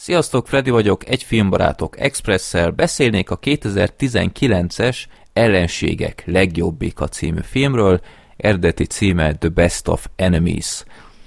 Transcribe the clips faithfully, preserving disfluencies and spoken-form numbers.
Sziasztok, Freddy vagyok, egy Filmbarátok Expresszel beszélnék a kétezer-tizenkilences Ellenségek legjobbika című filmről, eredeti címe The Best of Enemies.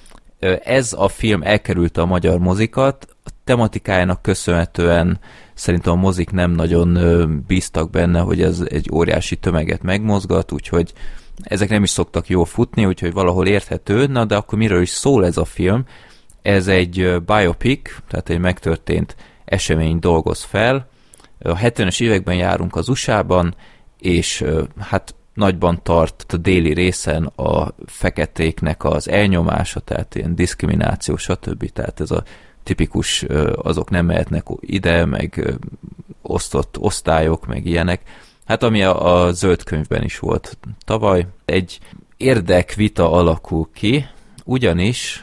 Ez a film elkerülte a magyar mozikat, a tematikájának köszönhetően szerintem a mozik nem nagyon bíztak benne, hogy ez egy óriási tömeget megmozgat, úgyhogy ezek nem is szoktak jól futni, úgyhogy valahol érthető. Na, de akkor miről is szól ez a film? Ez egy biopic, tehát egy megtörtént esemény dolgoz fel. A hetvenes években járunk az u es á-ban, és hát nagyban tart a déli részen a feketéknek az elnyomása, tehát ilyen diszkrimináció, stb. Tehát ez a tipikus, azok nem mehetnek ide, meg osztott osztályok, meg ilyenek. Hát ami a, a zöld könyvben is volt tavaly. Egy érdekvita alakul ki, ugyanis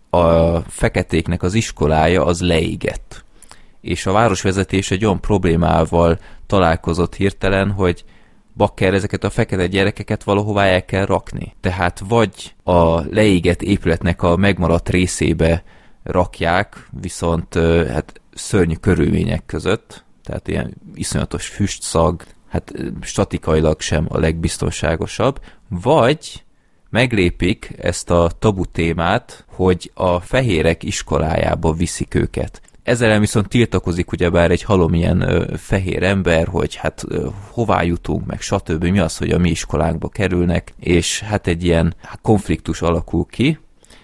a feketéknek az iskolája az leégett. És a városvezetés egy olyan problémával találkozott hirtelen, hogy bakker, ezeket a fekete gyerekeket valahová el kell rakni. Tehát vagy a leégett épületnek a megmaradt részébe rakják, viszont hát szörnyű körülmények között, tehát ilyen iszonyatos füstszag, hát statikailag sem a legbiztonságosabb, vagy meglépik ezt a tabu témát, hogy a fehérek iskolájába viszik őket. Ezzel viszont tiltakozik ugyebár egy halom ilyen ö, fehér ember, hogy hát ö, hová jutunk, meg stb. Mi az, hogy a mi iskolánkba kerülnek, és hát egy ilyen konfliktus alakul ki,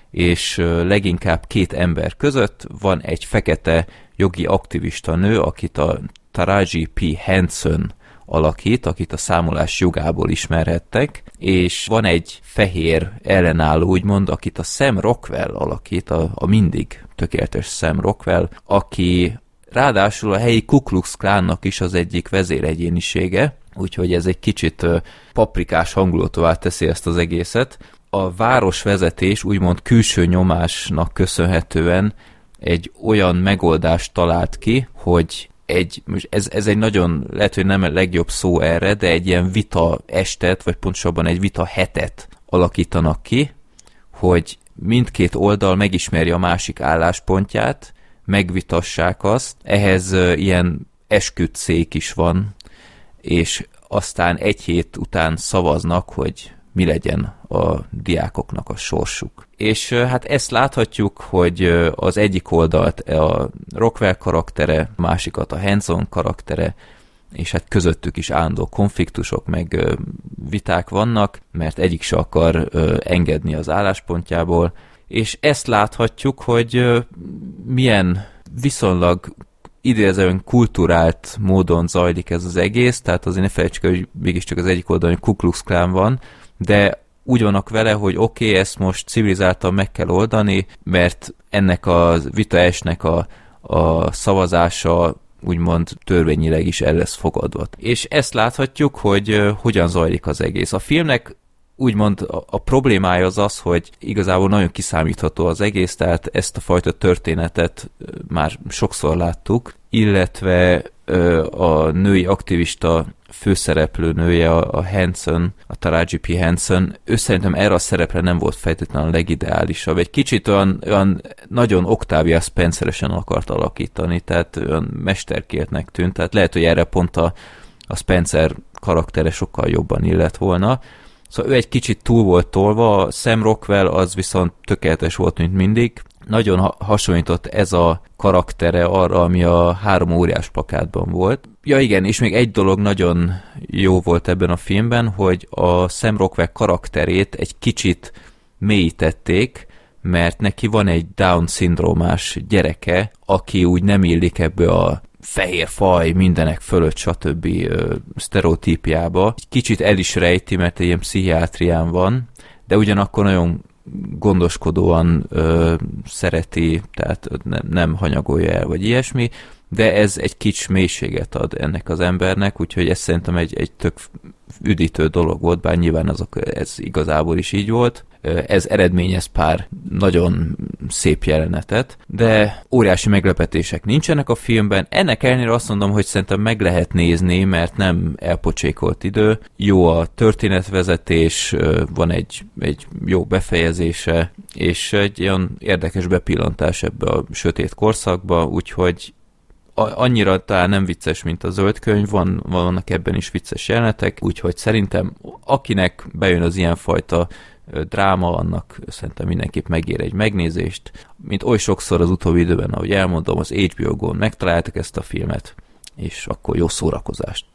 és ö, leginkább két ember között van egy fekete jogi aktivista nő, akit a Taraji P. Henson alakít, akit a számolás jogából ismerhettek, és van egy fehér ellenálló, úgymond, akit a Sam Rockwell alakít, a, a mindig tökéletes Sam Rockwell, aki ráadásul a helyi Ku Klux Klánnak is az egyik vezéregyénisége, úgyhogy ez egy kicsit uh, paprikás hangulatová teszi ezt az egészet. A városvezetés úgymond külső nyomásnak köszönhetően egy olyan megoldást talált ki, hogy egy, ez, ez egy nagyon, lehet, hogy nem a legjobb szó erre, de egy ilyen vita estet, vagy pontosabban egy vita hetet alakítanak ki, hogy mindkét oldal megismerje a másik álláspontját, megvitassák azt, ehhez uh, ilyen esküdtszék is van, és aztán egy hét után szavaznak, hogy mi legyen a diákoknak a sorsuk. És hát ezt láthatjuk, hogy az egyik oldalt a Rockwell karaktere, a másikat a Henson karaktere, és hát közöttük is állandó konfliktusok, meg viták vannak, mert egyik se akar engedni az álláspontjából, és ezt láthatjuk, hogy milyen viszonylag idézően kulturált módon zajlik ez az egész, tehát azért ne felejtsük, hogy mégiscsak az egyik oldalon Ku Klux Klán van, de úgy vannak vele, hogy oké, okay, ezt most civilizáltan meg kell oldani, mert ennek a vitaesnek a, a szavazása úgymond törvényileg is el lesz fogadva. És ezt láthatjuk, hogy uh, hogyan zajlik az egész. A filmnek úgymond a, a problémája az az, hogy igazából nagyon kiszámítható az egész, tehát ezt a fajta történetet uh, már sokszor láttuk, illetve uh, a női aktivista főszereplő nője, a Henson, a Taraji P. Henson, ő szerintem erre a szerepre nem volt feltétlenül a legideálisabb. Egy kicsit olyan, olyan nagyon Octavia Spenceresen akart alakítani, tehát olyan mesterkéltnek tűnt, tehát lehet, hogy erre pont a, a Spencer karaktere sokkal jobban illet volna. Szóval ő egy kicsit túl volt tolva, a Sam Rockwell az viszont tökéletes volt, mint mindig. Nagyon ha- hasonlított ez a karaktere arra, ami a Három óriás plakátban volt. Ja igen, és még egy dolog nagyon jó volt ebben a filmben, hogy a Sam Rockwell karakterét egy kicsit mélyítették, mert neki van egy Down-szindrómás gyereke, aki úgy nem illik ebbe a fehér faj, mindenek fölött, stb. Sztereotípiába. Egy kicsit el is rejti, mert egy ilyen pszichiátrián van, de ugyanakkor nagyon gondoskodóan ö, szereti, tehát nem, nem hanyagolja el, vagy ilyesmi, de ez egy kicsi mélységet ad ennek az embernek, úgyhogy ez szerintem egy, egy tök üdítő dolog volt, bár nyilván azok, ez igazából is így volt. ez eredményez pár nagyon szép jelenetet, de óriási meglepetések nincsenek a filmben. Ennek ellenére azt mondom, hogy szerintem meg lehet nézni, mert nem elpocsékolt idő. Jó a történetvezetés, van egy, egy jó befejezése, és egy olyan érdekes bepillantás ebbe a sötét korszakba, úgyhogy annyira talán nem vicces, mint a Zöld könyv, van, vannak ebben is vicces jelenetek, úgyhogy szerintem akinek bejön az ilyenfajta dráma, annak szerintem mindenképp megér egy megnézést. Mint oly sokszor az utóbbi időben, ahogy elmondom, az há bé o Go-n megtaláltak ezt a filmet, és akkor jó szórakozást!